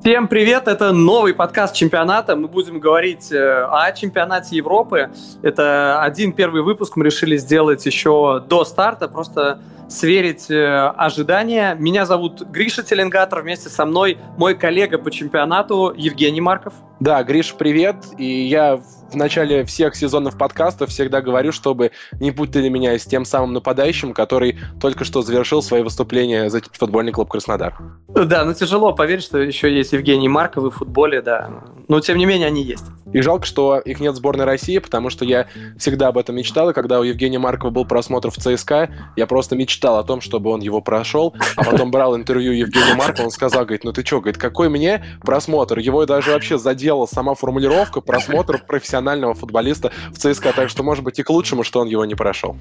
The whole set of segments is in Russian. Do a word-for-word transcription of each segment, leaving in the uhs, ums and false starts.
Всем привет! Это новый подкаст чемпионата. Мы будем говорить о чемпионате Европы. Это один первый выпуск мы решили сделать еще до старта, просто сверить ожидания. Меня зовут Гриша Теленгатор, вместе со мной мой коллега по чемпионату Евгений Марков. Да, Гриш, привет. И я в начале всех сезонов подкастов всегда говорю, чтобы не путали меня с тем самым нападающим, который только что завершил свои выступления за футбольный клуб Краснодар. Да, ну тяжело поверить, что еще есть Евгений Марков в футболе, да. Но тем не менее они есть. И жалко, что их нет в сборной России, потому что я всегда об этом мечтал, и когда у Евгения Маркова был просмотр в ЦСКА, я просто мечтал о том, чтобы он его прошел, а потом брал интервью Евгения Маркова, он сказал, говорит, ну ты что, говорит, какой мне просмотр? Его даже вообще задела сама формулировка просмотр профессионального футболиста в ЦСКА, так что, может быть, и к лучшему, что он его не прошел.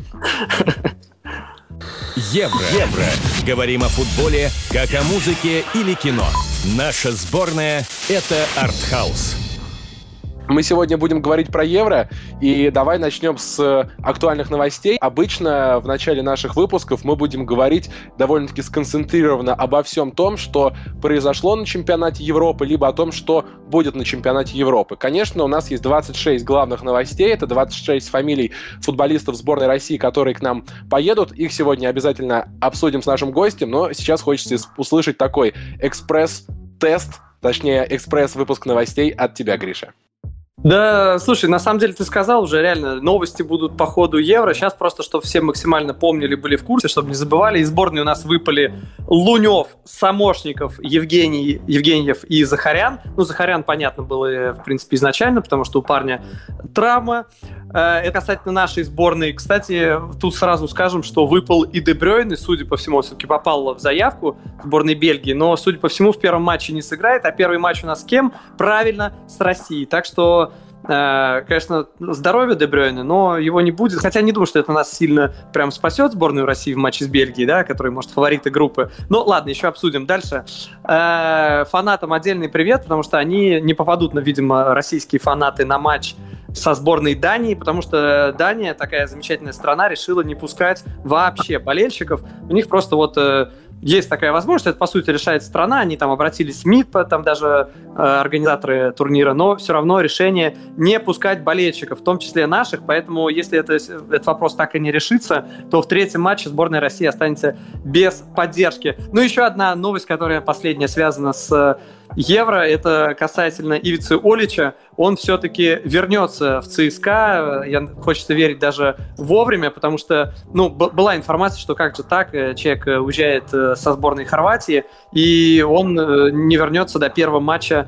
Евро. Евро. Говорим о футболе, как о музыке или кино. Наша сборная — это артхаус. Мы сегодня будем говорить про Евро, и давай начнем с актуальных новостей. Обычно в начале наших выпусков мы будем говорить довольно-таки сконцентрированно обо всем том, что произошло на чемпионате Европы, либо о том, что будет на чемпионате Европы. Конечно, у нас есть двадцать шесть главных новостей, это двадцать шесть фамилий футболистов сборной России, которые к нам поедут. Их сегодня обязательно обсудим с нашим гостем, но сейчас хочется услышать такой экспресс-тест, точнее, экспресс-выпуск новостей от тебя, Гриша. Да, слушай, на самом деле ты сказал уже, реально, новости будут по ходу Евро. Сейчас просто, чтобы все максимально помнили, были в курсе, чтобы не забывали. Из сборной у нас выпали Лунев, Самошников, Евгений, Евгеньев и Захарян. Ну, Захарян, понятно, было, в принципе, изначально, потому что у парня травма. Это касательно нашей сборной. Кстати, тут сразу скажем, что выпал и Де Брёйн, и, судя по всему, он все-таки попал в заявку сборной Бельгии, но, судя по всему, в первом матче не сыграет. А первый матч у нас с кем? Правильно, с Россией. Так что, э, конечно, здоровье Де Брёйна, но его не будет. Хотя не думаю, что это нас сильно прям спасет сборную России в матче с Бельгией, да, который, может, фавориты группы. Ну, ладно, еще обсудим дальше. Э, фанатам отдельный привет, потому что они не попадут, на, видимо, российские фанаты на матч со сборной Дании, потому что Дания, такая замечательная страна, решила не пускать вообще болельщиков. У них просто вот э, есть такая возможность, это, по сути, решает страна, они там обратились в МИД, там даже э, организаторы турнира, но все равно решение не пускать болельщиков, в том числе наших, поэтому если это, этот вопрос так и не решится, то в третьем матче сборная России останется без поддержки. Ну, еще одна новость, которая последняя связана с Евро, это касательно Ивицы Олича. Он все-таки вернется в ЦСКА, я, хочется верить, даже вовремя, потому что, ну, б- была информация, что как же так, человек уезжает со сборной Хорватии, и он не вернется до первого матча,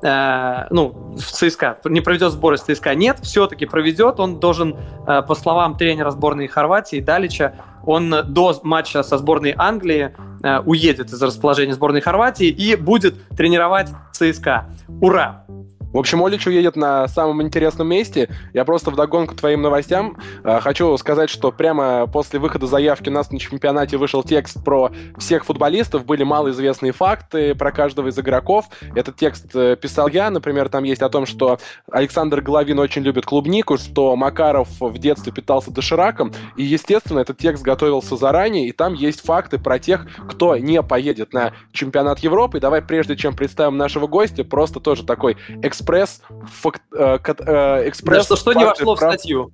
э, ну, в ЦСКА, не проведет сборы с ЦСКА. Нет, все-таки проведет, он должен, э, по словам тренера сборной Хорватии Далича, он до матча со сборной Англии э, уедет из расположения сборной Хорватии и будет тренировать ЦСКА. Ура! В общем, Олич уедет на самом интересном месте. Я просто вдогонку твоим новостям э, хочу сказать, что прямо после выхода заявки у нас на чемпионате вышел текст про всех футболистов. Были малоизвестные факты про каждого из игроков. Этот текст э, писал я. Например, там есть о том, что Александр Головин очень любит клубнику, что Макаров в детстве питался дошираком. И, естественно, этот текст готовился заранее. И там есть факты про тех, кто не поедет на чемпионат Европы. И давай, прежде чем представим нашего гостя, просто тоже такой эксперт экспресс, факт, э, э, экспресс... Да что, что не вошло про... в статью.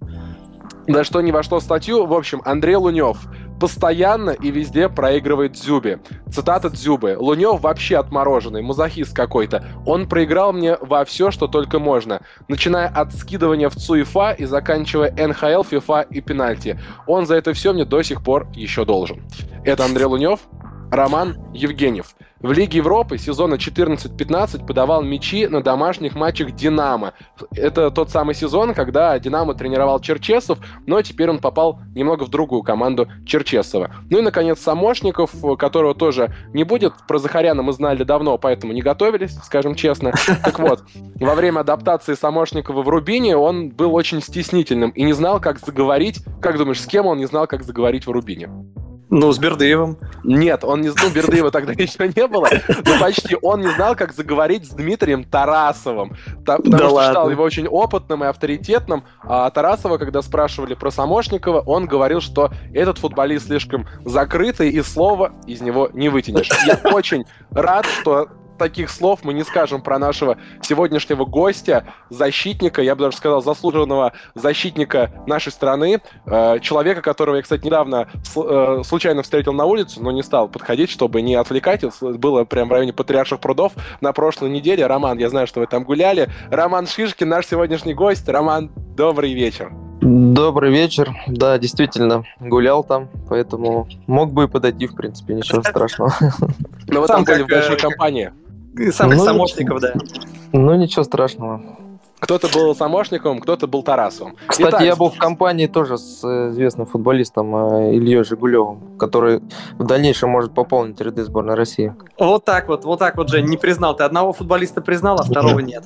Да что не вошло в статью. В общем, Андрей Лунев постоянно и везде проигрывает Дзюбе. Цитата Дзюбы. «Лунев вообще отмороженный, мазохист какой-то. Он проиграл мне во все, что только можно. Начиная от скидывания в ЦУЕФА и заканчивая эн ха эл, ФИФА и пенальти. Он за это все мне до сих пор еще должен». Это Андрей Лунев. Роман Евгеньев. В Лиге Европы сезона четырнадцать пятнадцать подавал мячи на домашних матчах «Динамо». Это тот самый сезон, когда «Динамо» тренировал Черчесов, но теперь он попал немного в другую команду Черчесова. Ну и, наконец, Самошников, которого тоже не будет. Про Захаряна мы знали давно, поэтому не готовились, скажем честно. Так вот, во время адаптации Самошникова в «Рубине» он был очень стеснительным и не знал, как заговорить. Как думаешь, с кем он не знал, как заговорить в «Рубине»? Ну, с Бердыевым. Нет, он не знал, ну, Бердыева тогда еще не было, но почти он не знал, как заговорить с Дмитрием Тарасовым, потому да что ладно. Считал его очень опытным и авторитетным, а Тарасова, когда спрашивали про Самошникова, он говорил, что этот футболист слишком закрытый, и слова из него не вытянешь. Я очень рад, что таких слов мы не скажем про нашего сегодняшнего гостя, защитника, я бы даже сказал, заслуженного защитника нашей страны, э, человека, которого я, кстати, недавно с, э, случайно встретил на улице, но не стал подходить, чтобы не отвлекать. Было прямо в районе Патриарших прудов на прошлой неделе. Роман, я знаю, что вы там гуляли. Роман Шишкин, наш сегодняшний гость. Роман, добрый вечер. Добрый вечер. Да, действительно, гулял там, поэтому мог бы и подойти, в принципе, ничего страшного. Но вы там были в большой компании. Самых Самошников, да. Ну, ничего страшного. Кто-то был Самошником, кто-то был Тарасовым. Кстати, Итак, я был в компании тоже с известным футболистом Ильей Жигулевым, который в дальнейшем может пополнить ряды сборной России. Вот так вот, вот так вот, Жень, не признал. Ты одного футболиста признал, а второго нет.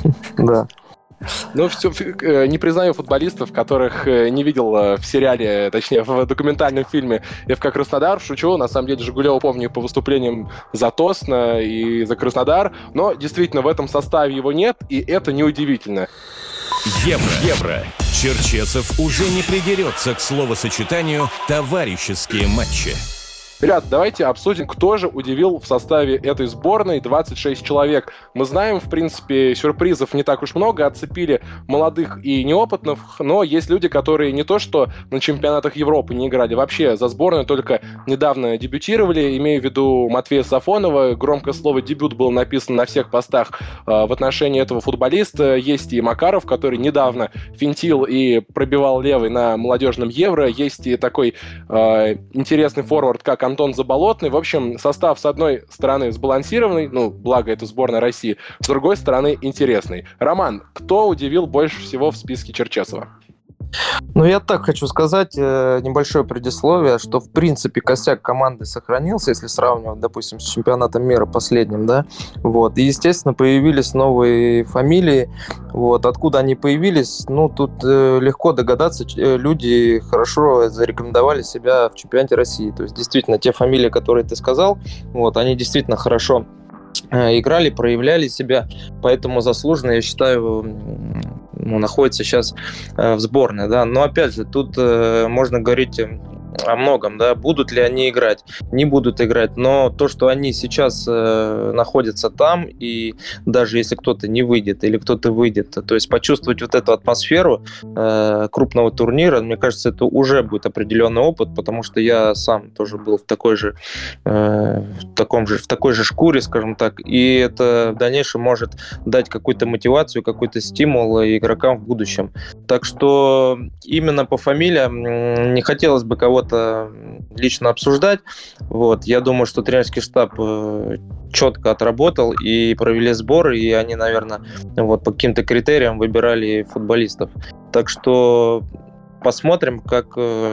Да. Ну, все, не признаю футболистов, которых не видел в сериале, точнее, в документальном фильме «ФК Краснодар». Шучу, на самом деле, Жигулева помню по выступлениям за Тосно и за Краснодар, но действительно в этом составе его нет, и это неудивительно. Евро. Евро. Черчесов уже не придерется к словосочетанию «товарищеские матчи». Ребят, давайте обсудим, кто же удивил в составе этой сборной. двадцать шесть человек. Мы знаем, в принципе, сюрпризов не так уж много. Отцепили молодых и неопытных, но есть люди, которые не то что на чемпионатах Европы не играли, вообще за сборную только недавно дебютировали. Имею в виду Матвея Сафонова. Громкое слово «дебют» было написано на всех постах э, в отношении этого футболиста. Есть и Макаров, который недавно финтил и пробивал левый на молодежном Евро. Есть и такой э, интересный форвард, как Антон Заболотный. В общем, состав, с одной стороны, сбалансированный, ну, благо это сборная России, с другой стороны, интересный. Роман, кто удивил больше всего в списке Черчесова? Ну, я так хочу сказать, э, небольшое предисловие, что, в принципе, костяк команды сохранился, если сравнивать, допустим, с чемпионатом мира последним, да, вот, и, естественно, появились новые фамилии, вот, откуда они появились, ну, тут э, легко догадаться, э, люди хорошо зарекомендовали себя в чемпионате России, то есть, действительно, те фамилии, которые ты сказал, вот, они действительно хорошо э, играли, проявляли себя, поэтому заслуженно, я считаю, ну, находится сейчас э, в сборной, да, но опять же, тут э, можно говорить о многом, да, будут ли они играть, не будут играть, но то, что они сейчас э, находятся там, и даже если кто-то не выйдет или кто-то выйдет, то есть почувствовать вот эту атмосферу э, крупного турнира, мне кажется, это уже будет определенный опыт, потому что я сам тоже был в такой же, э, в таком же, в такой же шкуре, скажем так, и это в дальнейшем может дать какую-то мотивацию, какой-то стимул игрокам в будущем. Так что именно по фамилиям не хотелось бы кого-то лично обсуждать. Вот. Я думаю, что тренерский штаб четко отработал и провели сборы, и они, наверное, вот, по каким-то критериям выбирали футболистов. Так что посмотрим, как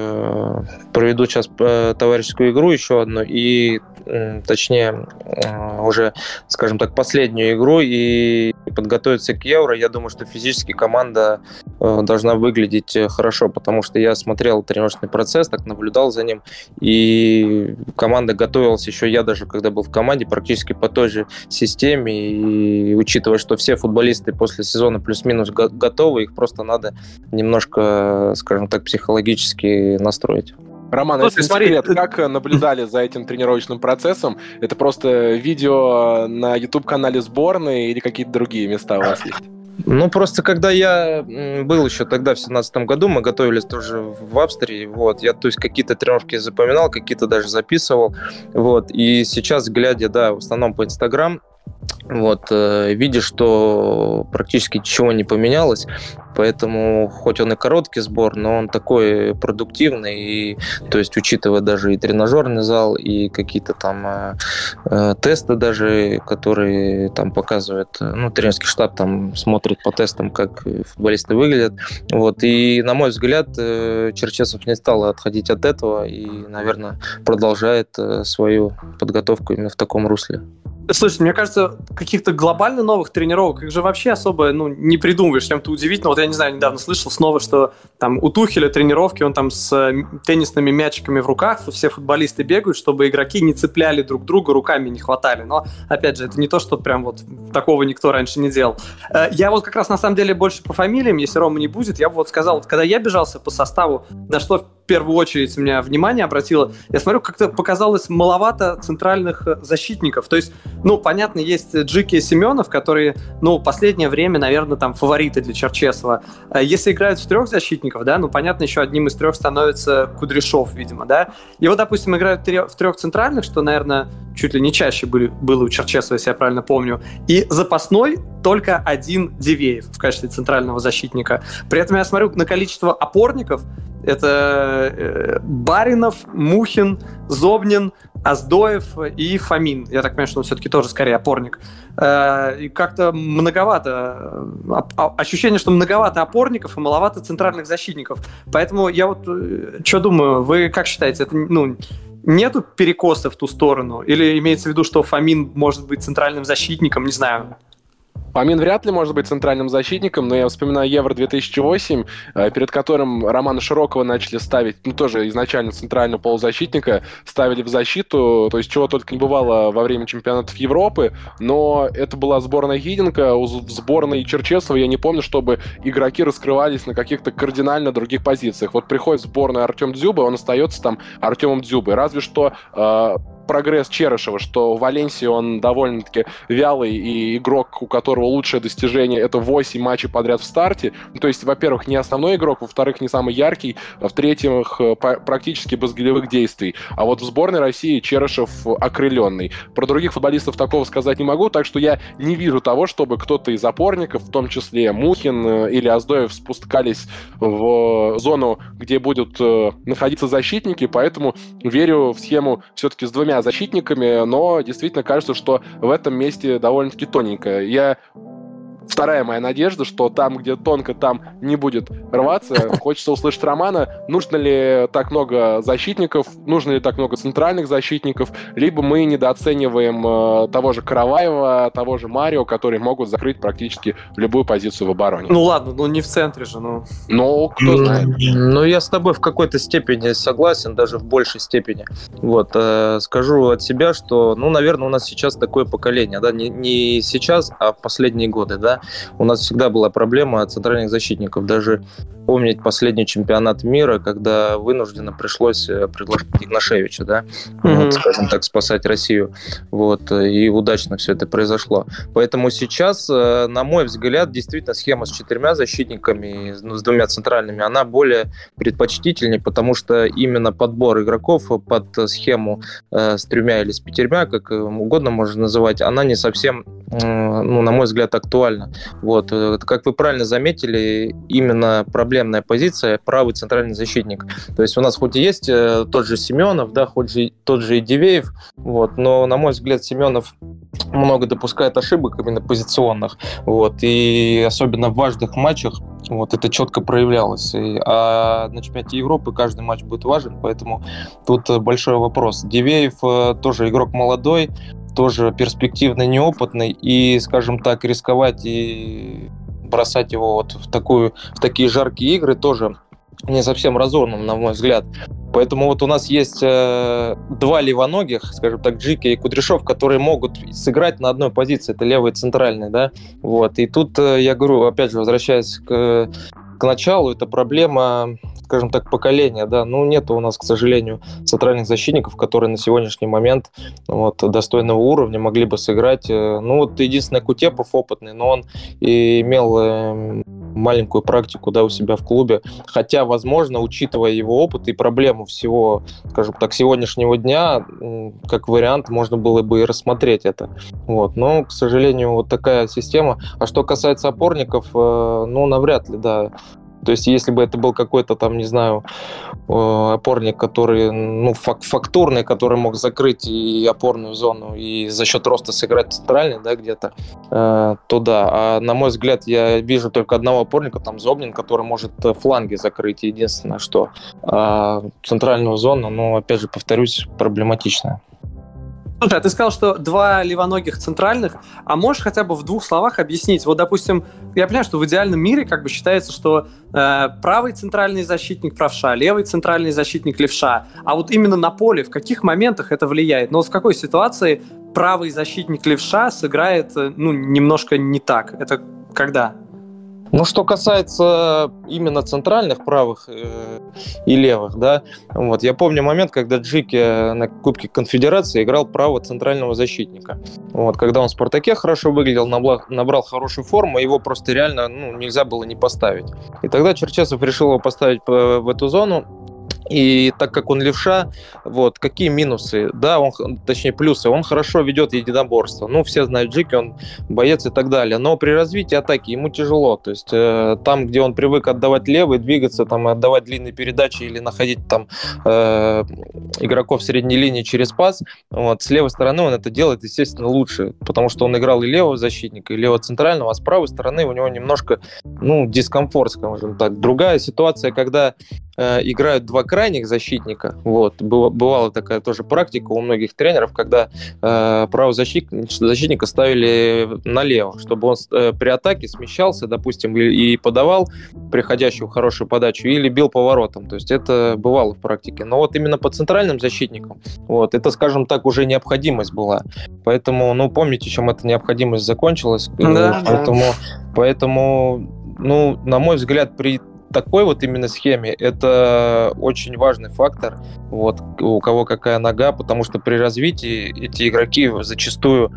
э, проведут сейчас товарищескую игру еще одну, и э, точнее э, уже, скажем так, последнюю игру, и подготовиться к Евро. Я думаю, что физически команда э, должна выглядеть хорошо, потому что я смотрел тренировочный процесс, так наблюдал за ним, и команда готовилась еще, я даже когда был в команде, практически по той же системе, и учитывая, что все футболисты после сезона плюс-минус го- готовы, их просто надо немножко, скажем так, психологически настроить. Роман, если секрет, как наблюдали за этим тренировочным процессом? Это просто видео на YouTube-канале сборной или какие-то другие места у вас есть? Ну, просто когда я был еще тогда, в две тысячи семнадцатом году, мы готовились тоже в Австрии, вот, я, то есть, какие-то тренировки запоминал, какие-то даже записывал, вот, и сейчас, глядя, да, в основном по Инстаграм, вот, э, видишь, что практически ничего не поменялось, поэтому хоть он и короткий сбор, но он такой продуктивный, и, то есть, учитывая даже и тренажерный зал, и какие-то там э, э, тесты даже, которые там показывают, ну, тренерский штаб там смотрит по тестам, как футболисты выглядят, вот, и, на мой взгляд, э, Черчесов не стал отходить от этого и, наверное, продолжает э, свою подготовку именно в таком русле. Слушайте, мне кажется, каких-то глобально новых тренировок их же вообще особо, ну, не придумываешь, чем-то удивительно. Вот я не знаю, недавно слышал снова, что там у Тухеля тренировки, он там с теннисными мячиками в руках, все футболисты бегают, чтобы игроки не цепляли друг друга, руками не хватали. Но, опять же, это не то, что прям вот такого никто раньше не делал. Я вот как раз на самом деле больше по фамилиям, если Рома не будет, я бы вот сказал, вот когда я бежался по составу, на что первую очередь у меня внимание обратило. Я смотрю, как-то показалось маловато центральных защитников. То есть, ну, понятно, есть Джики и Семенов, которые, ну, в последнее время, наверное, там фавориты для Черчесова. Если играют в трех защитников, да, ну, понятно, еще одним из трех становится Кудряшов, видимо, да. И вот, допустим, играют в трех центральных, что, наверное, чуть ли не чаще были, было у Черчесова, если я правильно помню. И запасной только один Дивеев в качестве центрального защитника. При этом я смотрю на количество опорников. Это э, Баринов, Мухин, Зобнин, Аздоев и Фомин. Я так понимаю, что он все-таки тоже скорее опорник. Э, и как-то многовато... Э, ощущение, что многовато опорников и маловато центральных защитников. Поэтому я вот э, что думаю, вы как считаете, это, ну, нету перекоса в ту сторону? Или имеется в виду, что Фомин может быть центральным защитником? Не знаю. Фомин вряд ли может быть центральным защитником, но я вспоминаю Евро две тысячи восемь, перед которым Романа Широкова начали ставить, ну, тоже изначально центрального полузащитника, ставили в защиту, то есть чего только не бывало во время чемпионатов Европы, но это была сборная Хиденко, у сборной Черчесова я не помню, чтобы игроки раскрывались на каких-то кардинально других позициях. Вот приходит в сборную Артем Дзюба, он остается там Артемом Дзюбой, разве что... Э- прогресс Черышева, что в Валенсии он довольно-таки вялый, и игрок, у которого лучшее достижение — это восемь матчей подряд в старте. То есть, во-первых, не основной игрок, во-вторых, не самый яркий, а в-третьих, практически без голевых действий. А вот в сборной России Черышев окрыленный. Про других футболистов такого сказать не могу, так что я не вижу того, чтобы кто-то из опорников, в том числе Мухин или Аздоев, спускались в зону, где будут находиться защитники, поэтому верю в схему все-таки с двумя защитниками, но действительно кажется, что в этом месте довольно-таки тоненько. Я... Вторая моя надежда, что там, где тонко, там не будет рваться. Хочется услышать Романа, нужно ли так много защитников, нужно ли так много центральных защитников, либо мы недооцениваем э, того же Караваева, того же Марио, которые могут закрыть практически любую позицию в обороне. Ну ладно, ну не в центре же, ну... Ну, кто знает. Ну, я с тобой в какой-то степени согласен, даже в большей степени. Вот, э, скажу от себя, что, ну, наверное, у нас сейчас такое поколение, да, не, не сейчас, а в последние годы, да. У нас всегда была проблема центральных защитников. Даже помнить последний чемпионат мира, когда вынужденно пришлось предложить Игнашевича, да, mm-hmm. вот, скажем так, спасать Россию. Вот, и удачно все это произошло. Поэтому сейчас, на мой взгляд, действительно схема с четырьмя защитниками, с двумя центральными, она более предпочтительнее, потому что именно подбор игроков под схему с тремя или с пятерьмя, как угодно можно называть, она не совсем, ну, на мой взгляд, актуальна. Вот. Как вы правильно заметили, именно проблемная позиция — правый центральный защитник. То есть у нас хоть и есть тот же Семенов, да, хоть же тот же и Дивеев, вот, но, на мой взгляд, Семенов много допускает ошибок именно позиционных. Вот, и особенно в важных матчах вот, это четко проявлялось. И, а на чемпионате Европы каждый матч будет важен, поэтому тут большой вопрос. Дивеев тоже игрок молодой, тоже перспективный, неопытный, и, скажем так, рисковать и бросать его вот в, такую, в такие жаркие игры тоже не совсем разумно, на мой взгляд. Поэтому вот у нас есть э, два левоногих, скажем так, Джики и Кудряшов, которые могут сыграть на одной позиции, это левый и центральный, да. Вот. И тут э, я говорю, опять же, возвращаясь к, к началу, это проблема, скажем так, поколения, да. Ну, нет у нас, к сожалению, центральных защитников, которые на сегодняшний момент вот, достойного уровня могли бы сыграть. Ну, вот единственный Кутепов опытный, но он и имел э, маленькую практику, да, у себя в клубе. Хотя, возможно, учитывая его опыт и проблему всего, скажем так, сегодняшнего дня, как вариант, можно было бы и рассмотреть это. Вот. Но, к сожалению, вот такая система. А что касается опорников, э, ну, навряд ли, да. То есть, если бы это был какой-то там, не знаю, опорник, который, ну, фактурный, который мог закрыть и опорную зону, и за счет роста сыграть центральный, да, где-то, э, то да. А на мой взгляд, я вижу только одного опорника, там, Зобнин, который может фланги закрыть. Единственное, что э, центральную зону, ну, опять же, повторюсь, проблематичная. Слушай, а ты сказал, что два левоногих центральных, а можешь хотя бы в двух словах объяснить? Вот, допустим, я понимаю, что в идеальном мире как бы считается, что э, правый центральный защитник правша, левый центральный защитник левша, а вот именно на поле в каких моментах это влияет? Но вот в какой ситуации правый защитник левша сыграет, ну, немножко не так? Это когда? Ну, что касается именно центральных правых э, и левых, да, вот, я помню момент, когда Джики на Кубке Конфедерации играл право центрального защитника. Вот, когда он в «Спартаке» хорошо выглядел, набрал, набрал хорошую форму, его просто реально ну, нельзя было не поставить. И тогда Черчесов решил его поставить в эту зону. И так как он левша, вот, какие минусы? Да, он, точнее, плюсы. Он хорошо ведет единоборство. Ну, все знают Джики, он боец и так далее. Но при развитии атаки ему тяжело. То есть э, там, где он привык отдавать левый, двигаться, там, отдавать длинные передачи или находить там э, игроков средней линии через пас, вот, с левой стороны он это делает, естественно, лучше. Потому что он играл и левого защитника, и левого центрального, а с правой стороны у него немножко, ну, дискомфорт, скажем так. Другая ситуация, когда э, играют два крайних защитника. Вот. Бывала такая тоже практика у многих тренеров, когда э, правого защитника, защитника ставили налево, чтобы он э, при атаке смещался, допустим, и, и подавал приходящую хорошую подачу или бил поворотом. То есть это бывало в практике. Но вот именно по центральным защитникам, вот, это, скажем так, уже необходимость была. Поэтому, ну, помните, чем эта необходимость закончилась? Да, поэтому, да. поэтому, ну, на мой взгляд, при такой вот именно схеме это очень важный фактор, вот, у кого какая нога, потому что при развитии эти игроки зачастую,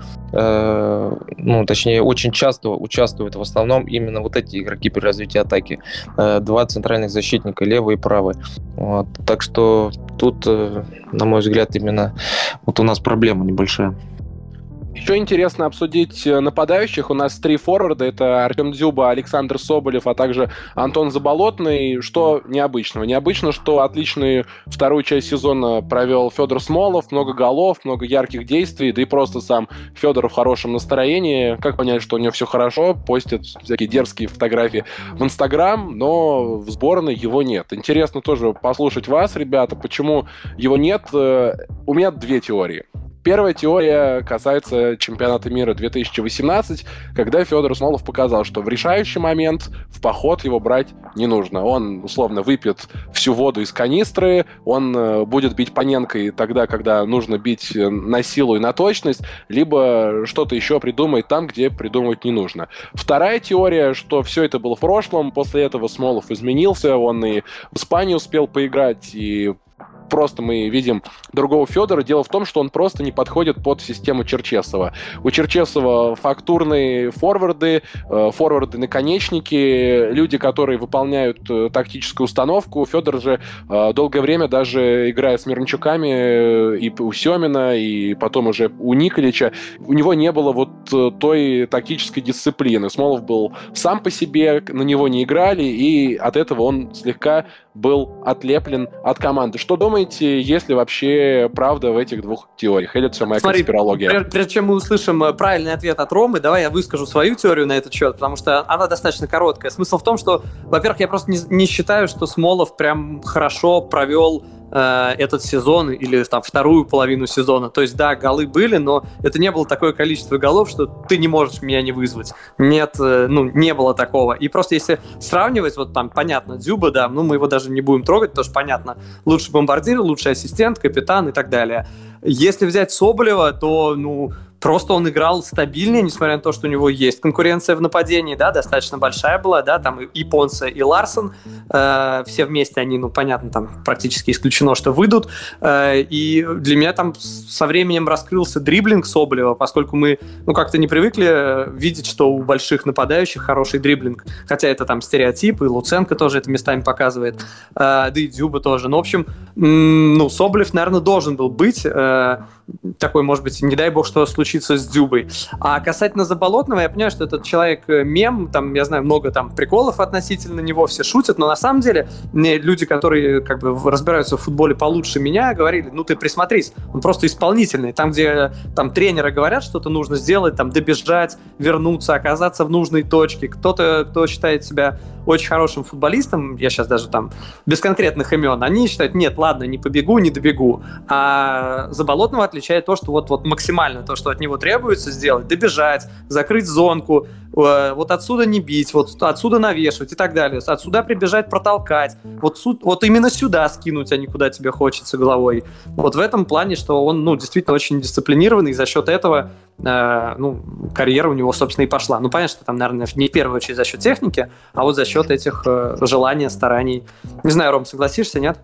э, ну, точнее, очень часто участвуют в основном именно вот эти игроки при развитии атаки. Э, два центральных защитника, левый и правый. Вот. Так что тут, э, на мой взгляд, именно вот у нас проблема небольшая. Еще интересно обсудить нападающих. У нас три форварда. Это Артем Дзюба, Александр Соболев, а также Антон Заболотный. Что необычного? Необычно, что отличную вторую часть сезона провел Федор Смолов. Много голов, много ярких действий. Да и просто сам Федор в хорошем настроении. Как понять, что у него все хорошо? Постит всякие дерзкие фотографии в Инстаграм, но в сборной его нет. Интересно тоже послушать вас, ребята, почему его нет. У меня две теории. Первая теория касается чемпионата мира две тысячи восемнадцать, когда Федор Смолов показал, что в решающий момент в поход его брать не нужно. Он, условно, выпьет всю воду из канистры, он будет бить Паненкой тогда, когда нужно бить на силу и на точность, либо что-то еще придумает там, где придумывать не нужно. Вторая теория, что все это было в прошлом, после этого Смолов изменился, он и в Испании успел поиграть, и просто мы видим другого Федора. Дело в том, что он просто не подходит под систему Черчесова. У Черчесова фактурные форварды, форварды-наконечники, люди, которые выполняют тактическую установку. Федор же долгое время, даже играя с Мирончуками и у Семина, и потом уже у Николича, у него не было вот той тактической дисциплины. Смолов был сам по себе, на него не играли, и от этого он слегка был отлеплен от команды. Что думаете, есть ли вообще правда в этих двух теориях? Или это все моя Смотри, конспирология? Прежде, прежде чем мы услышим правильный ответ от Ромы, давай я выскажу свою теорию на этот счет, потому что она достаточно короткая. Смысл в том, что, во-первых, я просто не, не считаю, что Смолов прям хорошо провел этот сезон или там вторую половину сезона. То есть, да, голы были, но это не было такое количество голов, что ты не можешь меня не вызвать. Нет, ну, не было такого. И просто если сравнивать, вот там, понятно, Дзюба, да, ну, мы его даже не будем трогать, потому что, понятно, лучший бомбардир, лучший ассистент, капитан и так далее. Если взять Соболева, то, ну, просто он играл стабильнее, несмотря на то, что у него есть конкуренция в нападении, да, достаточно большая была, да, там и Понсе, и Ларсон, э, все вместе они, ну, понятно, там практически исключено, что выйдут, э, и для меня там со временем раскрылся дриблинг Соболева, поскольку мы, ну, как-то не привыкли видеть, что у больших нападающих хороший дриблинг, хотя это там стереотип, и Луценко тоже это местами показывает, э, да и Дзюба тоже, ну, в общем, м- ну, Соболев, наверное, должен был быть э, такой, может быть, не дай бог, что случится с Дзюбой. А касательно Заболотного, я понимаю, что этот человек мем, там, я знаю, много там приколов относительно него, все шутят, но на самом деле мне люди, которые как бы разбираются в футболе получше меня, говорили, ну ты присмотрись, он просто исполнительный. Там, где там тренеры говорят, что-то нужно сделать, там добежать, вернуться, оказаться в нужной точке. Кто-то, кто считает себя очень хорошим футболистом, я сейчас даже там без конкретных имен, они считают, нет, ладно, не побегу, не добегу. А Заболотного отличает то, что вот, вот максимально то, что от него требуется сделать, добежать, закрыть зонку, э, вот отсюда не бить, вот отсюда навешивать и так далее, отсюда прибежать, протолкать, вот, суд, вот именно сюда скинуть, а не куда тебе хочется головой. Вот в этом плане, что он, ну, действительно очень дисциплинированный, и за счет этого э, ну, карьера у него, собственно, и пошла. Ну, понятно, что там, наверное, не в первую очередь за счет техники, а вот за счет этих э, желаний, стараний. Не знаю, Ром, согласишься, нет?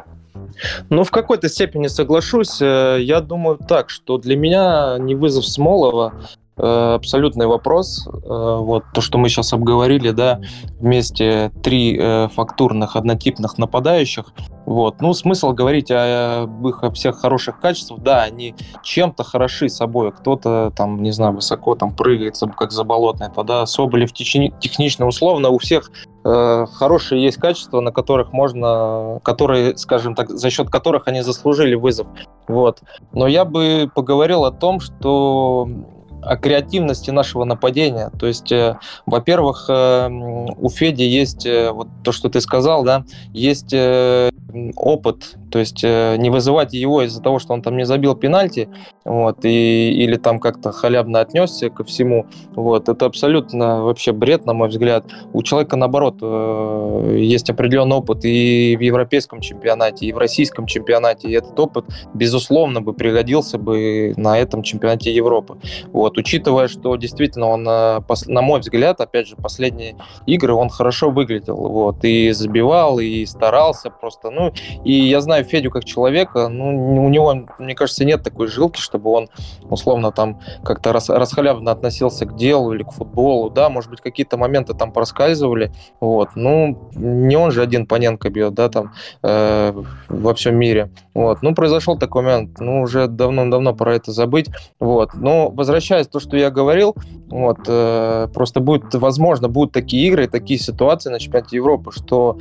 Ну, в какой-то степени соглашусь. Я думаю так, что для меня не вызов Смолова абсолютный вопрос. Вот то, что мы сейчас обговорили, да, вместе три фактурных однотипных нападающих. Вот. Ну, смысл говорить об их о всех хороших качествах. Да, они чем-то хороши собой. Кто-то там, не знаю, высоко там прыгает, как заболотный. Тогда Соболев техни- технично, условно, у всех э, хорошие есть качества, на которых можно, которые, скажем так, за счет которых они заслужили вызов. Вот. Но я бы поговорил о том, что о креативности нашего нападения. То есть, э, во-первых, э, у Феди есть, э, вот то, что ты сказал, да, есть э, опыт, то есть э, не вызывать его из-за того, что он там не забил пенальти, вот, и, или там как-то халявно отнесся ко всему, вот, это абсолютно вообще бред, на мой взгляд. У человека, наоборот, э, есть определенный опыт и в европейском чемпионате, и в российском чемпионате, и этот опыт, безусловно, бы пригодился бы на этом чемпионате Европы. Вот, учитывая, что действительно он, на мой взгляд, опять же, последние игры он хорошо выглядел, вот, и забивал, и старался просто, ну, и я знаю Федю как человека, ну, у него, мне кажется, нет такой жилки, чтобы он, условно, там как-то рас, расхалявно относился к делу или к футболу, да, может быть, какие-то моменты там проскальзывали, вот, ну, не он же один Паненко бьет, да, там, э, во всем мире, вот, ну, произошел такой момент, ну, уже давно-давно пора это забыть, вот, но возвращаясь к тому, что я говорил, вот, э, просто будет, возможно, будут такие игры, такие ситуации на чемпионате Европы, что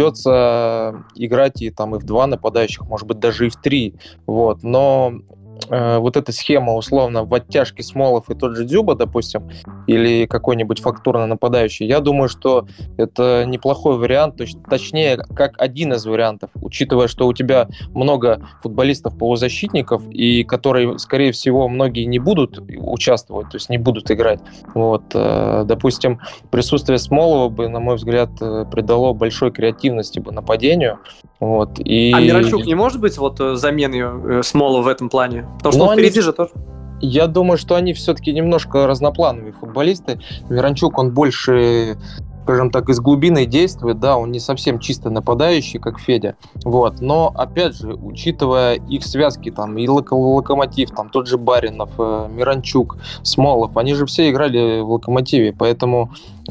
придется играть и там и в два нападающих, может быть, даже и в три, вот, но э, вот эта схема, условно, в оттяжке Смолов и тот же Дзюба, допустим, или какой-нибудь фактурно нападающий, я думаю, что это неплохой вариант, то есть, точнее, как один из вариантов, учитывая, что у тебя много футболистов-полузащитников, и которые, скорее всего, многие не будут участвовать, то есть не будут играть. Вот, э, допустим, присутствие Смолова бы, на мой взгляд, придало большой креативности бы нападению. Вот, и... А Миранчук не может быть вот заменой Смолова в этом плане? Потому что ну, впереди они... же тоже... Я думаю, что они все-таки немножко разноплановые футболисты. Миранчук, он больше, скажем так, из глубины действует, да, он не совсем чисто нападающий, как Федя, вот, но, опять же, учитывая их связки, там, и Локомотив, там, тот же Баринов, э, Миранчук, Смолов, они же все играли в Локомотиве, поэтому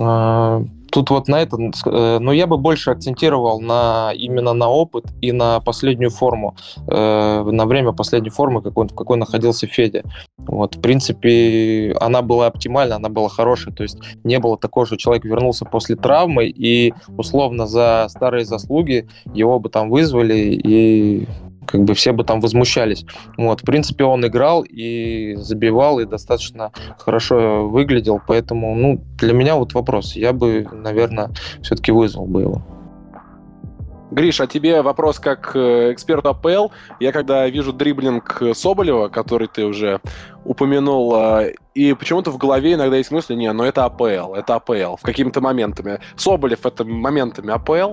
э, тут вот на это, э, но я бы больше акцентировал на, именно на опыт и на последнюю форму, э, на время последней формы, какой, в какой находился Федя. Вот, в принципе, она была оптимальна, она была хорошая, то есть не было такого, что человек вернулся после травмы и условно за старые заслуги его бы там вызвали и как бы все бы там возмущались. Вот, в принципе, он играл и забивал, и достаточно хорошо выглядел, поэтому, ну, для меня вот вопрос, я бы, наверное, все-таки вызвал бы его. Гриш, а тебе вопрос как эксперт АПЛ. Я когда вижу дриблинг Соболева, который ты уже упомянул, и почему-то в голове иногда есть мысли, не, ну это АПЛ, это АПЛ, в какими-то моментами. Соболев это моментами АПЛ?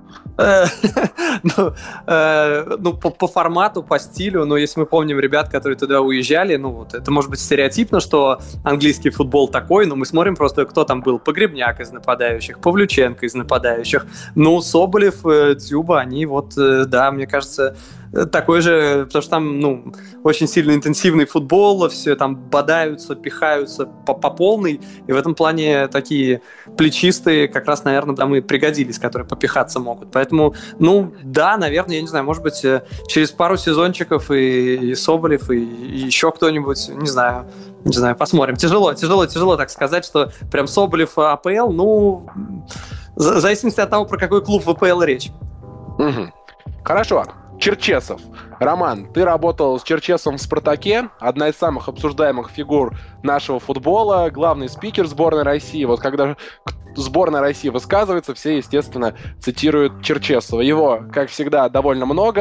Ну, э, ну по, по формату, по стилю, но если мы помним ребят, которые туда уезжали, ну вот это может быть стереотипно, что английский футбол такой, но мы смотрим просто, кто там был. Погребняк из нападающих, Павлюченко из нападающих, ну, Соболев, э, Дзюба, они вот, э, да, мне кажется, такой же, потому что там, ну, очень сильно интенсивный футбол, все там бодаются, пихаются по, по полной, и в этом плане такие плечистые как раз, наверное, там и пригодились, которые попихаться могут. Поэтому, ну, да, наверное, я не знаю, может быть, через пару сезончиков и, и Соболев, и, и еще кто-нибудь, не знаю, не знаю, посмотрим. Тяжело, тяжело, тяжело так сказать, что прям Соболев АПЛ, ну, в зависимости от того, про какой клуб в АПЛ речь. Угу. Хорошо. Черчесов. Роман, ты работал с Черчесовым в «Спартаке», одна из самых обсуждаемых фигур нашего футбола, главный спикер сборной России. Вот когда сборная России высказывается, все, естественно, цитируют Черчесова. Его, как всегда, довольно много.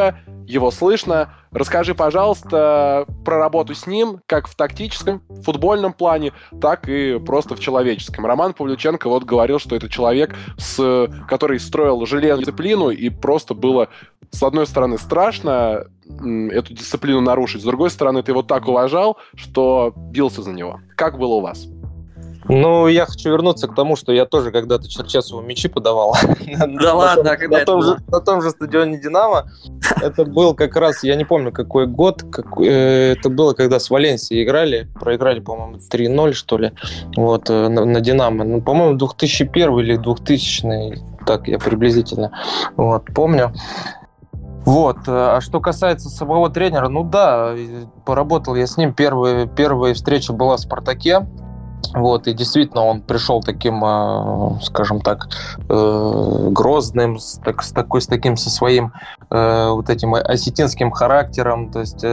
его слышно. Расскажи, пожалуйста, про работу с ним, как в тактическом, футбольном плане, так и просто в человеческом. Роман Павлюченко вот говорил, что это человек, с, который строил железную дисциплину, и просто было, с одной стороны, страшно эту дисциплину нарушить, с другой стороны, ты его так уважал, что бился за него. Как было у вас? Ну, я хочу вернуться к тому, что я тоже когда-то Черчесову мячи подавал. Да ладно, когда это было? На том же стадионе «Динамо». Это был как раз, я не помню, какой год. Это было, когда с Валенсией играли. Проиграли, по-моему, три ноль, что ли, вот, на «Динамо». Ну, по-моему, две тысячи первый или двухтысячный, так я приблизительно вот, помню. Вот. А что касается самого тренера, ну да, поработал я с ним. Первая, первая встреча была в «Спартаке». Вот, и действительно он пришел таким, скажем так, грозным, с, так, с, такой, с таким со своим вот этим осетинским характером, то есть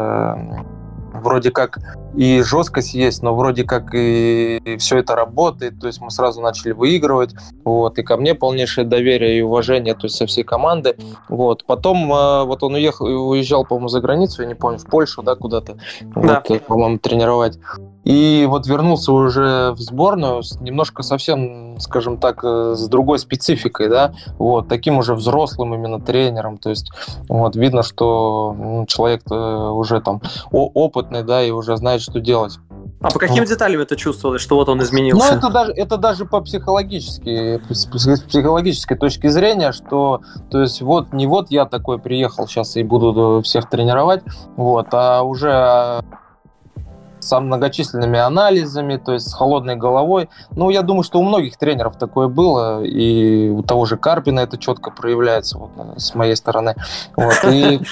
вроде как и жесткость есть, но вроде как и все это работает, то есть мы сразу начали выигрывать, вот, и ко мне полнейшее доверие и уважение, то есть со всей команды, вот. Потом вот он уехал, уезжал, по-моему, за границу, я не помню, в Польшу, да, куда-то, да. Вот, по-моему, тренировать. И вот вернулся уже в сборную с немножко совсем, скажем так, с другой спецификой, да, вот, таким уже взрослым именно тренером, то есть вот видно, что ну, человек уже там опытный, да, и уже знает, что делать. А по каким вот деталям это чувствовалось, что вот он изменился? Ну, это даже, это даже по психологически, с психологической точки зрения, что, то есть, вот не вот я такой приехал сейчас и буду всех тренировать, вот, а уже с многочисленными анализами, то есть с холодной головой. Ну, я думаю, что у многих тренеров такое было, и у того же Карпина это четко проявляется вот, с моей стороны. Вот, и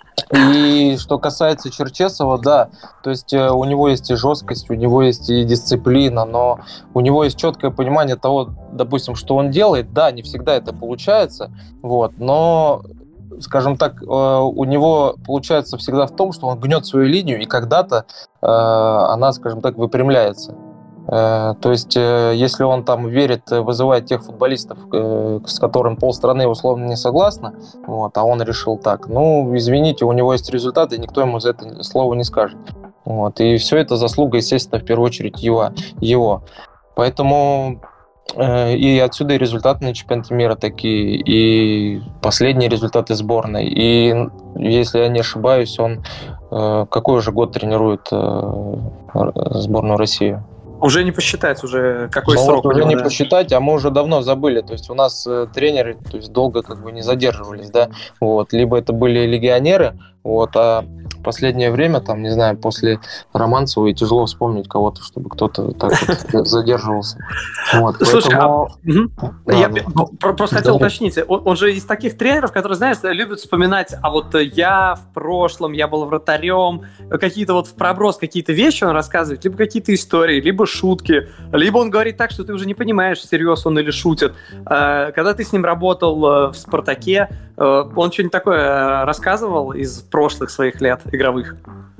И что касается Черчесова, да, то есть э, у него есть и жесткость, у него есть и дисциплина, но у него есть четкое понимание того, допустим, что он делает. Да, не всегда это получается, вот, но, скажем так, э, у него получается всегда в том, что он гнет свою линию, и когда-то э, она, скажем так, выпрямляется. То есть, если он там верит, вызывает тех футболистов, с которым полстраны условно не согласна, вот, а он решил так, ну, извините, у него есть результаты, и никто ему за это слова не скажет. Вот, и все это заслуга, естественно, в первую очередь его. его. Поэтому и отсюда и результаты на чемпионате мира такие, и последние результаты сборной. И, если я не ошибаюсь, он какой уже год тренирует сборную России? Уже не посчитать, уже какой ну, срок. Вот, уже него, не да. посчитать, а мы уже давно забыли. То есть у нас э, тренеры то есть, долго как бы не задерживались, да. Вот. Либо это были легионеры, вот, а в последнее время, там, не знаю, после Романцева и тяжело вспомнить кого-то, чтобы кто-то так вот задерживался. Вот, слушай, поэтому... а... я просто хотел уточнить, он же из таких тренеров, которые, знаешь, любят вспоминать, а вот я в прошлом, я был вратарем, какие-то вот в проброс какие-то вещи он рассказывает, либо какие-то истории, либо шутки, либо он говорит так, что ты уже не понимаешь, всерьез он или шутит. Когда ты с ним работал в «Спартаке», он что-нибудь такое рассказывал из прошлых своих лет игровых?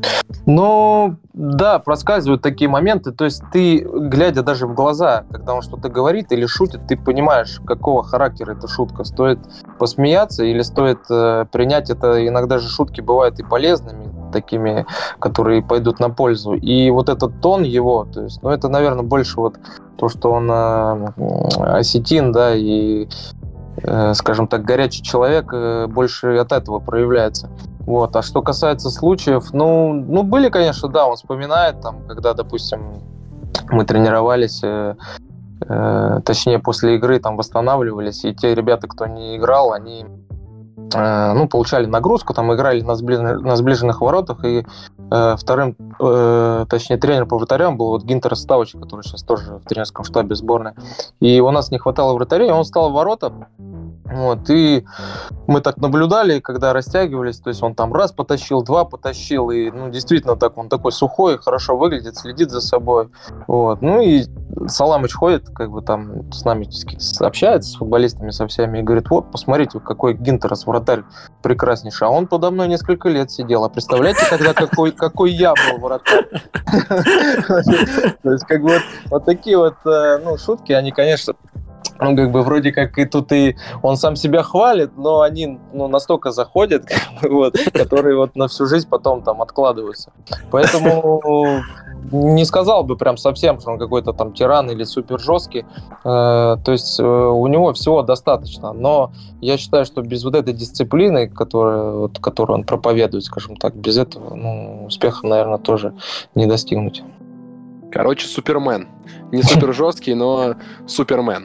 Ну, да, проскальзывают такие моменты. То есть ты, глядя даже в глаза, когда он что-то говорит или шутит, ты понимаешь, какого характера эта шутка. Стоит посмеяться или стоит э, принять это. Иногда же шутки бывают и полезными, такими, которые пойдут на пользу. И вот этот тон его, то есть, ну, это, наверное, больше вот то, что он э, осетин, да, и, э, скажем так, горячий человек, э, больше от этого проявляется. Вот. А что касается случаев, ну, ну, были, конечно, да, он вспоминает, там, когда, допустим, мы тренировались, э, э, точнее, после игры там восстанавливались, и те ребята, кто не играл, они э, ну, получали нагрузку, там играли на, сближ... на сближенных воротах, и э, вторым, э, точнее, тренер по вратарям был вот Гинтер Ставыч, который сейчас тоже в тренерском штабе сборной, и у нас не хватало вратарей, он встал в ворота. Вот, и мы так наблюдали, когда растягивались, то есть он там раз потащил, два потащил, и, ну, действительно, так он такой сухой, хорошо выглядит, следит за собой, вот, ну, и Саламыч ходит, как бы там с нами общается, с футболистами, со всеми, и говорит, вот, посмотрите, какой Гинтерас вратарь прекраснейший, а он подо мной несколько лет сидел, а представляете тогда, какой, какой я был вратарь? То есть, как бы, вот такие вот, ну, шутки, они, конечно... Ну, как бы, вроде как и тут и он сам себя хвалит, но они, ну, настолько заходят, вот, которые вот на всю жизнь потом там откладываются. Поэтому не сказал бы прям совсем, что он какой-то там тиран или супер жесткий. Э, то есть э, у него всего достаточно. Но я считаю, что без вот этой дисциплины, которая, вот, которую он проповедует, скажем так, без этого, ну, успеха, наверное, тоже не достигнуть. Короче, супермен. Не супер жесткий, но супермен.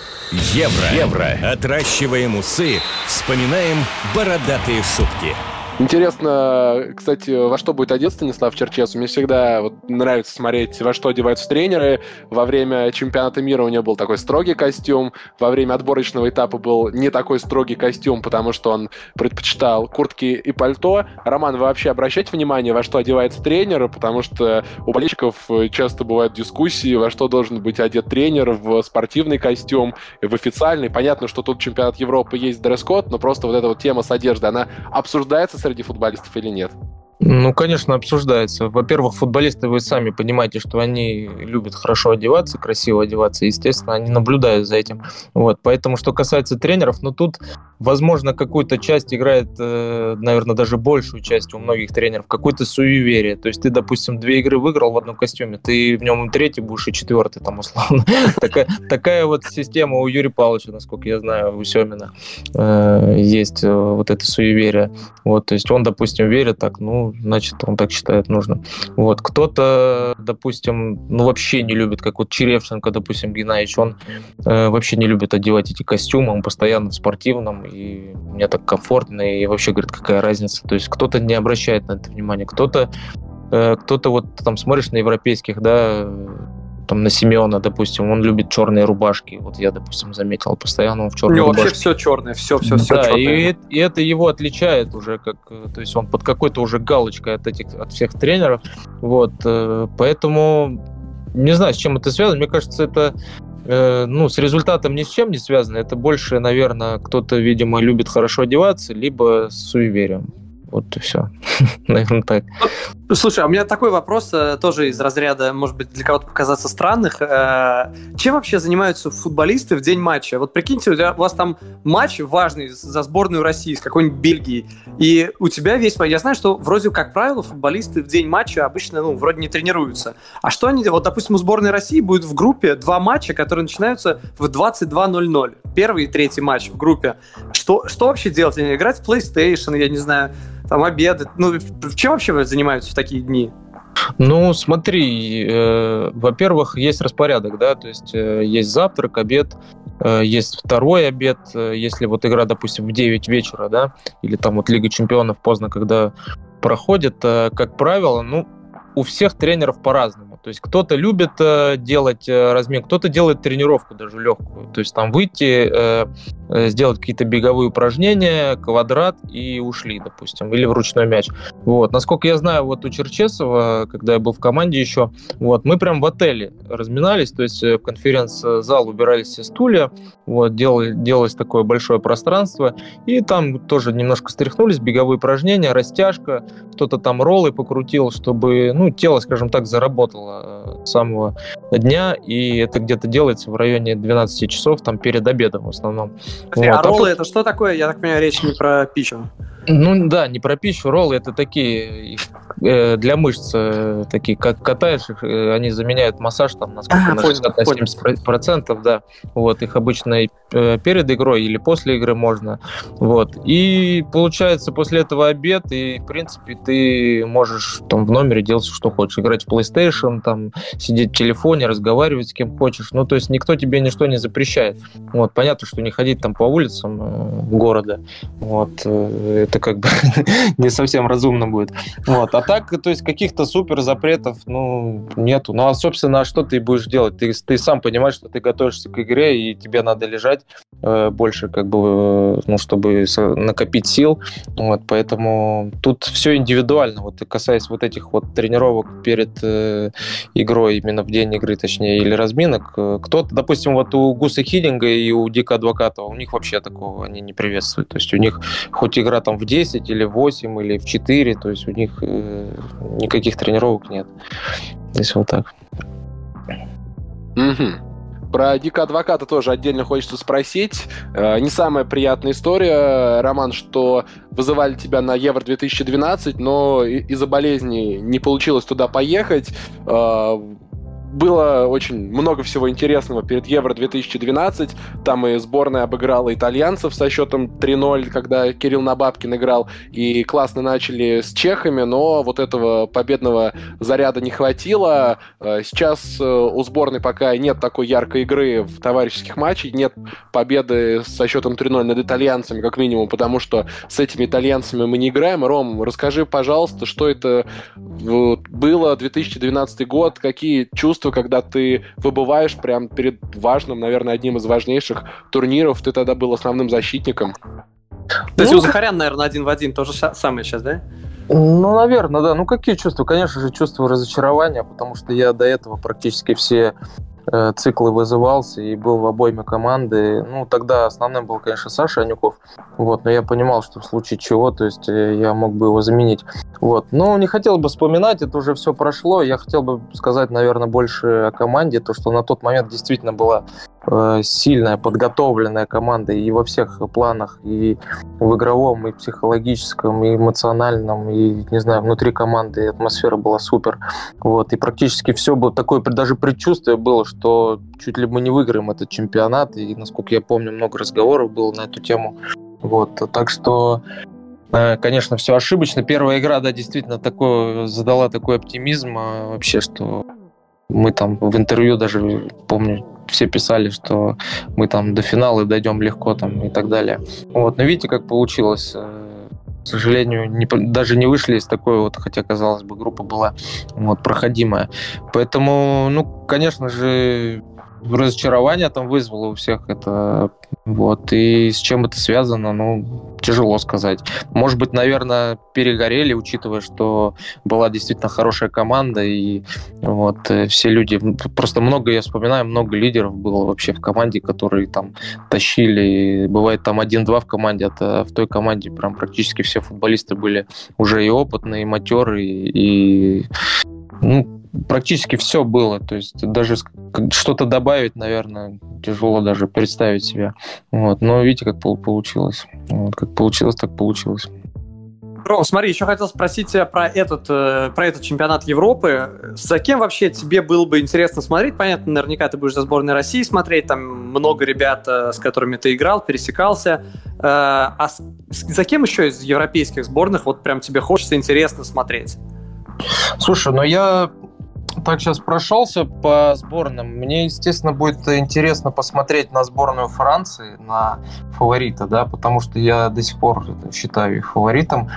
Евро. Евро. Отращиваем усы, вспоминаем бородатые шутки. Интересно, кстати, во что будет одет Станислав Черчесов. Мне всегда вот нравится смотреть, во что одеваются тренеры. Во время чемпионата мира у него был такой строгий костюм. Во время отборочного этапа был не такой строгий костюм, потому что он предпочитал куртки и пальто. Роман, вы вообще обращаете внимание, во что одевается тренер? Потому что у болельщиков часто бывают дискуссии, во что должен быть одет тренер, в спортивный костюм, в официальный. Понятно, что тут чемпионат Европы есть дресс-код, но просто вот эта вот тема с одеждой, она обсуждается среди футболистов или нет? Ну, конечно, обсуждается. Во-первых, футболисты, вы сами понимаете, что они любят хорошо одеваться, красиво одеваться. Естественно, они наблюдают за этим. Вот. Поэтому, что касается тренеров, ну, тут, возможно, какую-то часть играет, э, наверное, даже большую часть у многих тренеров, какое-то суеверие. То есть ты, допустим, две игры выиграл в одном костюме, ты в нем и третий будешь, и четвертый, там, условно. Такая вот система у Юрия Павловича, насколько я знаю, у Семина есть вот это суеверие. Вот, то есть он, допустим, верит так, ну, значит, он так считает нужно. Вот. Кто-то, допустим, ну, вообще не любит, как вот Черевченко, допустим, Геннадьевич, он э, вообще не любит одевать эти костюмы, он постоянно в спортивном, и мне так комфортно, и вообще, говорит, какая разница. То есть кто-то не обращает на это внимания, кто-то, э, кто-то вот там смотришь на европейских, да, там на Симеона, допустим, он любит черные рубашки. Вот я, допустим, заметил, постоянно он в черной рубашке. У него вообще все черное, все, все, все да, черное. И, и это его отличает уже, как, то есть он под какой-то уже галочкой от этих, от всех тренеров. Вот, поэтому не знаю, с чем это связано. Мне кажется, это ну, с результатом ни с чем не связано. Это больше, наверное, кто-то, видимо, любит хорошо одеваться, либо с суеверием. Вот и все. Наверное, так. Слушай, а у меня такой вопрос, тоже из разряда, может быть, для кого-то показаться странных. Чем вообще занимаются футболисты в день матча? Вот прикиньте, у, тебя, у вас там матч важный за сборную России с какой-нибудь Бельгией, и у тебя весь... Я знаю, что вроде, как правило, футболисты в день матча обычно, ну, вроде не тренируются. А что они делают? Вот, допустим, у сборной России будет в группе два матча, которые начинаются в двадцать два ноль ноль. Первый и третий матч в группе. Что, что вообще делать? Играть в PlayStation, я не знаю... Там обеды. Ну, чем вообще занимаются в такие дни? Ну, смотри, э, во-первых, есть распорядок, да, то есть э, есть завтрак, обед, э, есть второй обед, э, если вот игра, допустим, в девять вечера, да, или там вот Лига Чемпионов поздно, когда проходит, э, как правило, ну, у всех тренеров по-разному. То есть кто-то любит э, делать э, размин, кто-то делает тренировку даже легкую. То есть там выйти, э, э, сделать какие-то беговые упражнения, квадрат и ушли, допустим, или в ручной мяч. Вот. Насколько я знаю, вот у Черчесова, когда я был в команде еще, вот, мы прям в отеле разминались, то есть в конференц-зал убирались все стулья, вот, делали, делалось такое большое пространство, и там тоже немножко стряхнулись, беговые упражнения, растяжка, кто-то там роллы покрутил, чтобы, ну, тело, скажем так, заработало с самого дня, и это где-то делается в районе двенадцати часов, там перед обедом в основном. Вот. А роллы а это что такое? Я так понимаю, речь не про пищу. Ну да, не про пищу. Роллы это такие э, для мышц, э, такие, как катаешь их, э, они заменяют массаж там на сколько? А, на шестьдесят-семьдесят процентов, да. Вот, их обычно и, э, перед игрой или после игры можно. Вот. И получается после этого обед, и в принципе ты можешь там в номере делать что хочешь. Играть в PlayStation, там, сидеть в телефоне, разговаривать с кем хочешь. Ну, то есть никто тебе ничто не запрещает. Вот. Понятно, что не ходить там по улицам э, города. Вот. Э, это как бы не совсем разумно будет. Вот. А так, то есть каких-то супер запретов, ну, нету. Ну, а, собственно, а что ты будешь делать? Ты, ты сам понимаешь, что ты готовишься к игре, и тебе надо лежать э, больше, как бы, э, ну, чтобы накопить сил. Вот. Поэтому тут все индивидуально. Вот, касаясь вот этих вот тренировок перед э, игрой, именно в день игры, точнее, или разминок, э, кто-то, допустим, вот у Гуса Хиддинга и у Дика Адвокатова, у них вообще такого они не приветствуют. То есть у них хоть игра там в десять или в восемь или в четыре, то есть у них э, никаких тренировок нет. Здесь вот так. Угу. Про Дика Адвоката тоже отдельно хочется спросить. Не самая приятная история, Роман, что вызывали тебя на Евро две тысячи двенадцать, но из-за болезни не получилось туда поехать. Было очень много всего интересного перед Евро две тысячи двенадцать. Там и сборная обыграла итальянцев со счетом три ноль, когда Кирилл Набабкин играл. И классно начали с чехами, но вот этого победного заряда не хватило. Сейчас у сборной пока нет такой яркой игры в товарищеских матчах. Нет победы со счетом три ноль над итальянцами, как минимум, потому что с этими итальянцами мы не играем. Ром, расскажи, пожалуйста, что это было, две тысячи двенадцатый год, какие чувства, когда ты выбываешь прямо перед важным, наверное, одним из важнейших турниров. Ты тогда был основным защитником. То есть ну, у Захаряна, наверное, один в один то же самое сейчас, да? Ну, наверное, да. Ну, какие чувства? Конечно же, чувство разочарования, потому что я до этого практически все э, циклы вызывался и был в обойме команды. Ну, тогда основным был, конечно, Саша Анюков. Вот, но я понимал, что в случае чего, то есть э, я мог бы его заменить. Вот. Но не хотел бы вспоминать, это уже все прошло. Я хотел бы сказать, наверное, больше о команде, то, что на тот момент действительно была э, сильная, подготовленная команда и во всех планах, и в игровом, и психологическом, и эмоциональном, и, не знаю, внутри команды атмосфера была супер. Вот. И практически все было такое, даже предчувствие было, что чуть ли мы не выиграем этот чемпионат, и, насколько я помню, много разговоров было на эту тему. Вот. Так что, конечно, все ошибочно. Первая игра, да, действительно такое, задала такой оптимизм вообще, что мы там в интервью даже, помню, все писали, что мы там до финала дойдем легко там, и так далее. Вот. Но видите, как получилось. К сожалению, не, даже не вышли из такой вот, хотя, казалось бы, группа была вот, проходимая. Поэтому, ну, конечно же, разочарование там вызвало у всех это. Вот. И с чем это связано, ну, тяжело сказать. Может быть, наверное, перегорели, учитывая, что была действительно хорошая команда, и вот все люди... Просто много, я вспоминаю, много лидеров было вообще в команде, которые там тащили. Бывает там один-два в команде, а в той команде прям практически все футболисты были уже и опытные, и матерые, и... Ну, практически все было, то есть даже что-то добавить, наверное, тяжело даже представить себе. Вот. Но видите, как получилось. Вот. Как получилось, так получилось. Ром, смотри, еще хотел спросить тебя про этот, про этот чемпионат Европы. За кем вообще тебе было бы интересно смотреть? Понятно, наверняка ты будешь за сборной России смотреть, там много ребят, с которыми ты играл, пересекался. А за кем еще из европейских сборных вот прям тебе хочется интересно смотреть? Слушай, ну я так сейчас прошелся по сборным. Мне, естественно, будет интересно посмотреть на сборную Франции, на фаворита, да, потому что я до сих пор считаю их фаворитом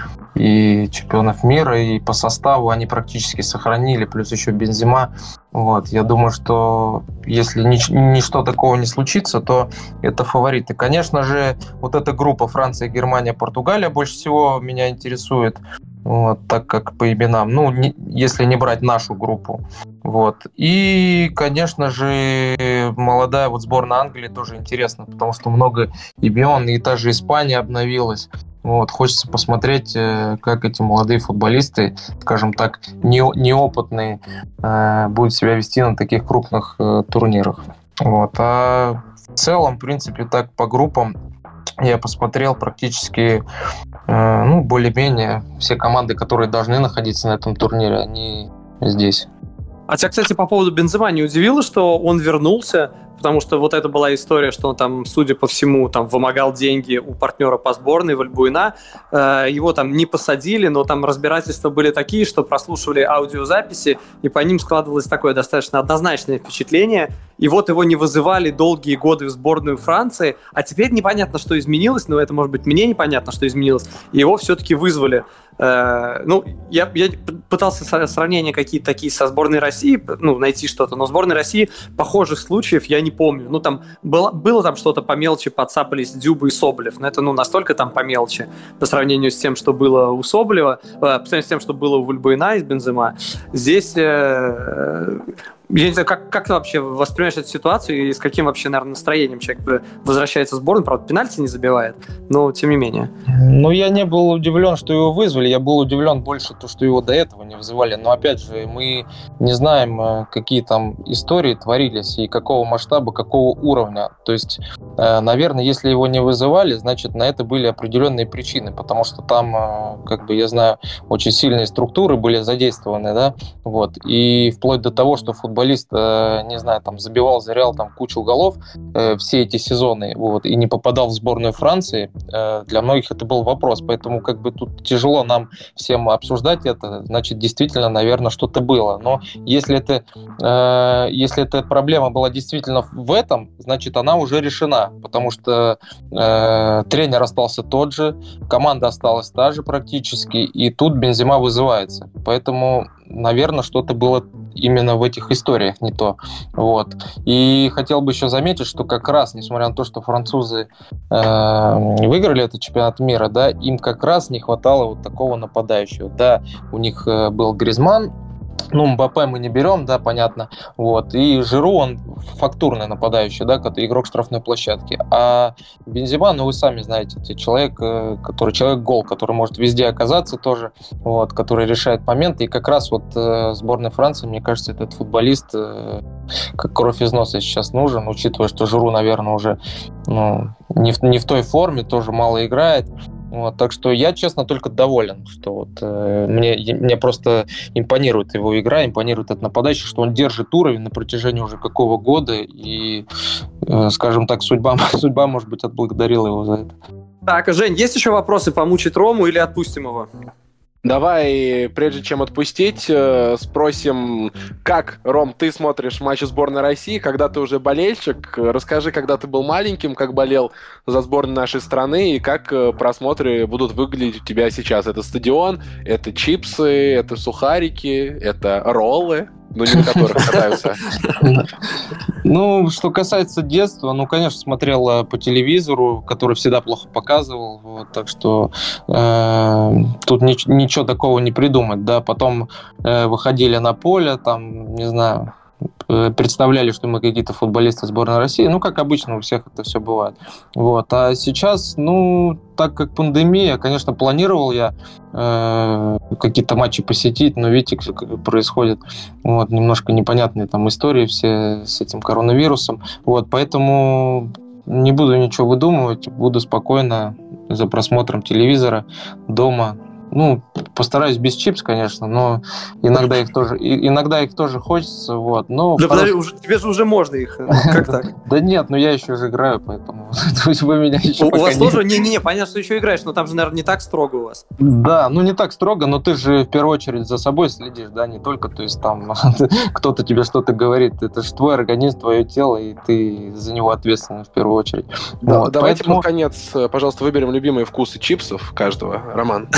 и чемпионов мира, и по составу они практически сохранили, плюс еще Бензема. Вот. Я думаю, что если нич- ничто такого не случится, то это фавориты. Конечно же, вот эта группа Франция, Германия, Португалия больше всего меня интересует. Вот, так как по именам, ну, не, если не брать нашу группу. Вот. И, конечно же, молодая вот сборная Англии тоже интересно, потому что много имен, и та же Испания обновилась. Вот. Хочется посмотреть, как эти молодые футболисты, скажем так, не, неопытные, будут себя вести на таких крупных турнирах. Вот. А в целом, в принципе, так по группам я посмотрел практически, ну, более-менее все команды, которые должны находиться на этом турнире, они здесь. А тебя, кстати, по поводу Бензема не удивило, что он вернулся? Потому что вот это была история, что он там, судя по всему, там вымогал деньги у партнера по сборной Вальбуэна. Его там не посадили, но там разбирательства были такие, что прослушивали аудиозаписи, и по ним складывалось такое достаточно однозначное впечатление. И вот его не вызывали долгие годы в сборную Франции, а теперь непонятно, что изменилось, но это, может быть, мне непонятно, что изменилось, и его все-таки вызвали. Ну, я, я пытался сравнения какие-то такие со сборной России, ну, найти что-то, но в сборной России похожих случаев я не помню. Ну, там было, было там что-то по мелочи, подцапались Дзюба и Соболев, но это, ну, настолько там по мелочи по сравнению с тем, что было у Соболева, по сравнению с тем, что было у Вальбуэна из Бензема. Здесь э, Я не знаю, как, как ты вообще воспринимаешь эту ситуацию и с каким вообще, наверное, настроением человек возвращается в сборную, правда, пенальти не забивает, но тем не менее. Ну, я не был удивлен, что его вызвали, я был удивлен больше то, что его до этого не вызывали, но, опять же, мы не знаем, какие там истории творились и какого масштаба, какого уровня, то есть, наверное, если его не вызывали, значит, на это были определенные причины, потому что там, как бы, я знаю, очень сильные структуры были задействованы, да, вот, и вплоть до того, что футболисты футболист, не знаю, там забивал за Реал там кучу голов э, все эти сезоны, вот, и не попадал в сборную Франции, э, для многих это был вопрос, поэтому как бы тут тяжело нам всем обсуждать это, значит, действительно, наверное, что-то было, но если это, э, если эта проблема была действительно в этом, значит, она уже решена, потому что э, тренер остался тот же, команда осталась та же практически, и тут Бензема вызывается, поэтому, наверное, что-то было именно в этих историях не то. Вот. И хотел бы еще заметить, что как раз, несмотря на то, что французы э, выиграли этот чемпионат мира, да, им как раз не хватало вот такого нападающего. Да, у них э, был Гризманн, ну, Мбаппе мы не берем, да, понятно. Вот. И Жиру, он фактурный нападающий, да, игрок штрафной площадки. А Бензема, ну, вы сами знаете, это человек, который человек-гол, который может везде оказаться тоже, вот, который решает моменты. И как раз вот э, сборной Франции, мне кажется, этот футболист э, как кровь из носа сейчас нужен, учитывая, что Жиру, наверное, уже ну, не, в, не в той форме, тоже мало играет. Вот, так что я, честно, только доволен, что вот, э, мне, мне просто импонирует его игра, импонирует этот нападающий, что он держит уровень на протяжении уже какого года, и, э, скажем так, судьба, судьба, может быть, отблагодарила его за это. Так, Жень, есть еще вопросы помучить Рому или отпустим его? Давай, прежде чем отпустить, спросим, как, Ром, ты смотришь матчи сборной России, когда ты уже болельщик? Расскажи, когда ты был маленьким, как болел за сборную нашей страны, и как просмотры будут выглядеть у тебя сейчас. Это стадион, это чипсы, это сухарики, это роллы, ну, не на которых катаются. Ну, что касается детства, ну, конечно, смотрел по телевизору, который всегда плохо показывал, вот, так что э, тут ни, ничего такого не придумать, да, потом э, выходили на поле, там, не знаю, представляли, что мы какие-то футболисты сборной России, ну, как обычно, у всех это все бывает. Вот. А сейчас, ну, так как пандемия, конечно, планировал я э, какие-то матчи посетить, но видите, как происходит вот, немножко непонятные там истории все с этим коронавирусом. Вот, поэтому не буду ничего выдумывать, буду спокойно за просмотром телевизора дома. Ну, постараюсь без чипс, конечно, но иногда их тоже, иногда их тоже хочется, вот. Но да подожди, уже, тебе же уже можно их, как так? Да нет, ну я еще же играю, поэтому вы меня еще У вас тоже? Не-не-не, понятно, что еще играешь, но там же, наверное, не так строго у вас. Да, ну не так строго, но ты же в первую очередь за собой следишь, да, не только, то есть там кто-то тебе что-то говорит, это же твой организм, твое тело, и ты за него ответственный в первую очередь. Давайте под конец, пожалуйста, выберем любимые вкусы чипсов каждого. Роман.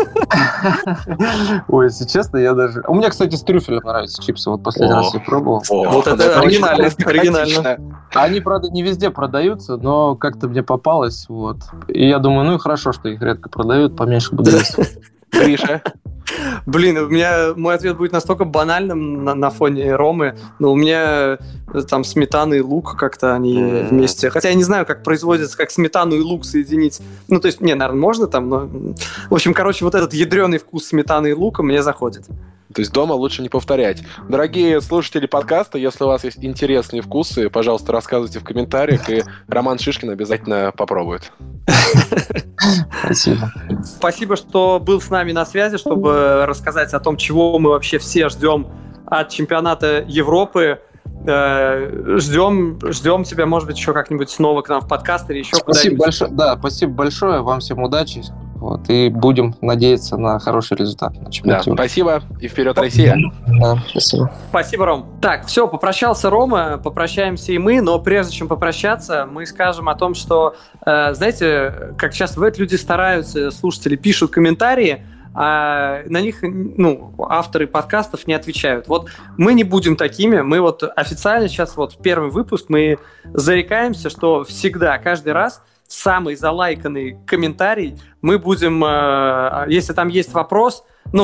Ой, если честно, я даже... У меня, кстати, с трюфелем нравятся чипсы. Вот последний О. раз я пробовал. О, вот это оригинально, оригинально. Они, правда, не везде продаются, но как-то мне попалось. Вот. И я думаю, ну и хорошо, что их редко продают, поменьше буду есть. Гриша? Блин, у меня мой ответ будет настолько банальным на, на фоне Ромы, но у меня там сметана и лук как-то они mm-hmm. вместе. Хотя я не знаю, как производится, как сметану и лук соединить. Ну, то есть, не, наверное, можно там, но... В общем, короче, вот этот ядреный вкус сметаны и лука мне заходит. То есть дома лучше не повторять. Дорогие слушатели подкаста, если у вас есть интересные вкусы, пожалуйста, рассказывайте в комментариях, и Роман Шишкин обязательно попробует. Спасибо. Спасибо, что был с нами на связи, чтобы рассказать о том, чего мы вообще все ждем от чемпионата Европы. Ждем, ждем тебя, может быть, еще как-нибудь снова к нам в подкаст или еще куда-нибудь. Спасибо большое, да, спасибо большое, вам всем удачи. Вот, и будем надеяться на хороший результат. На да, спасибо, и вперед, Россия! Да, спасибо. Спасибо, Ром. Так, все, попрощался Рома, попрощаемся и мы, но прежде чем попрощаться, мы скажем о том, что, э, знаете, как часто бывает, люди стараются, слушатели пишут комментарии, а на них, ну, авторы подкастов не отвечают. Вот мы не будем такими, мы вот официально сейчас, вот в первый выпуск, мы зарекаемся, что всегда, каждый раз самый залайканный комментарий мы будем, э, если там есть вопрос, ну,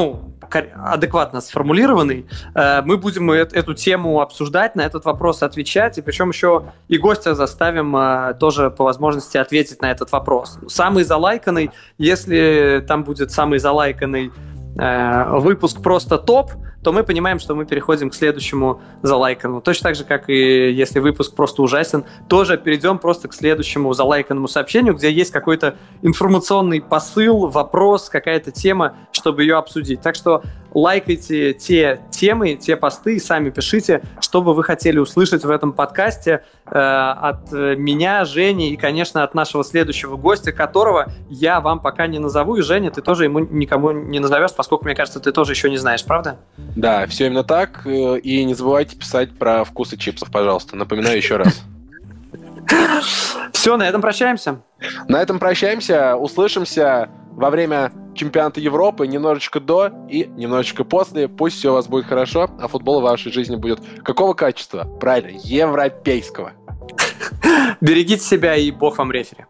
адекватно сформулированный. Мы будем эту тему обсуждать, на этот вопрос отвечать, и причем еще и гостя заставим тоже по возможности ответить на этот вопрос. Самый залайканный, если там будет самый залайканный выпуск просто топ, то мы понимаем, что мы переходим к следующему залайканному. Точно так же, как и если выпуск просто ужасен, тоже перейдем просто к следующему залайканному сообщению, где есть какой-то информационный посыл, вопрос, какая-то тема, чтобы ее обсудить. Так что лайкайте те темы, те посты, и сами пишите, что бы вы хотели услышать в этом подкасте э, от меня, Жени и, конечно, от нашего следующего гостя, которого я вам пока не назову. И, Женя, ты тоже ему никому не назовешь, поскольку, мне кажется, ты тоже еще не знаешь, правда? Да, все именно так. И не забывайте писать про вкусы чипсов, пожалуйста. Напоминаю еще раз. Все, на этом прощаемся. На этом прощаемся. Услышимся во время чемпионата Европы, немножечко до и немножечко после. Пусть все у вас будет хорошо, а футбол в вашей жизни будет какого качества? Правильно, европейского. Берегите себя, и бог вам рефери.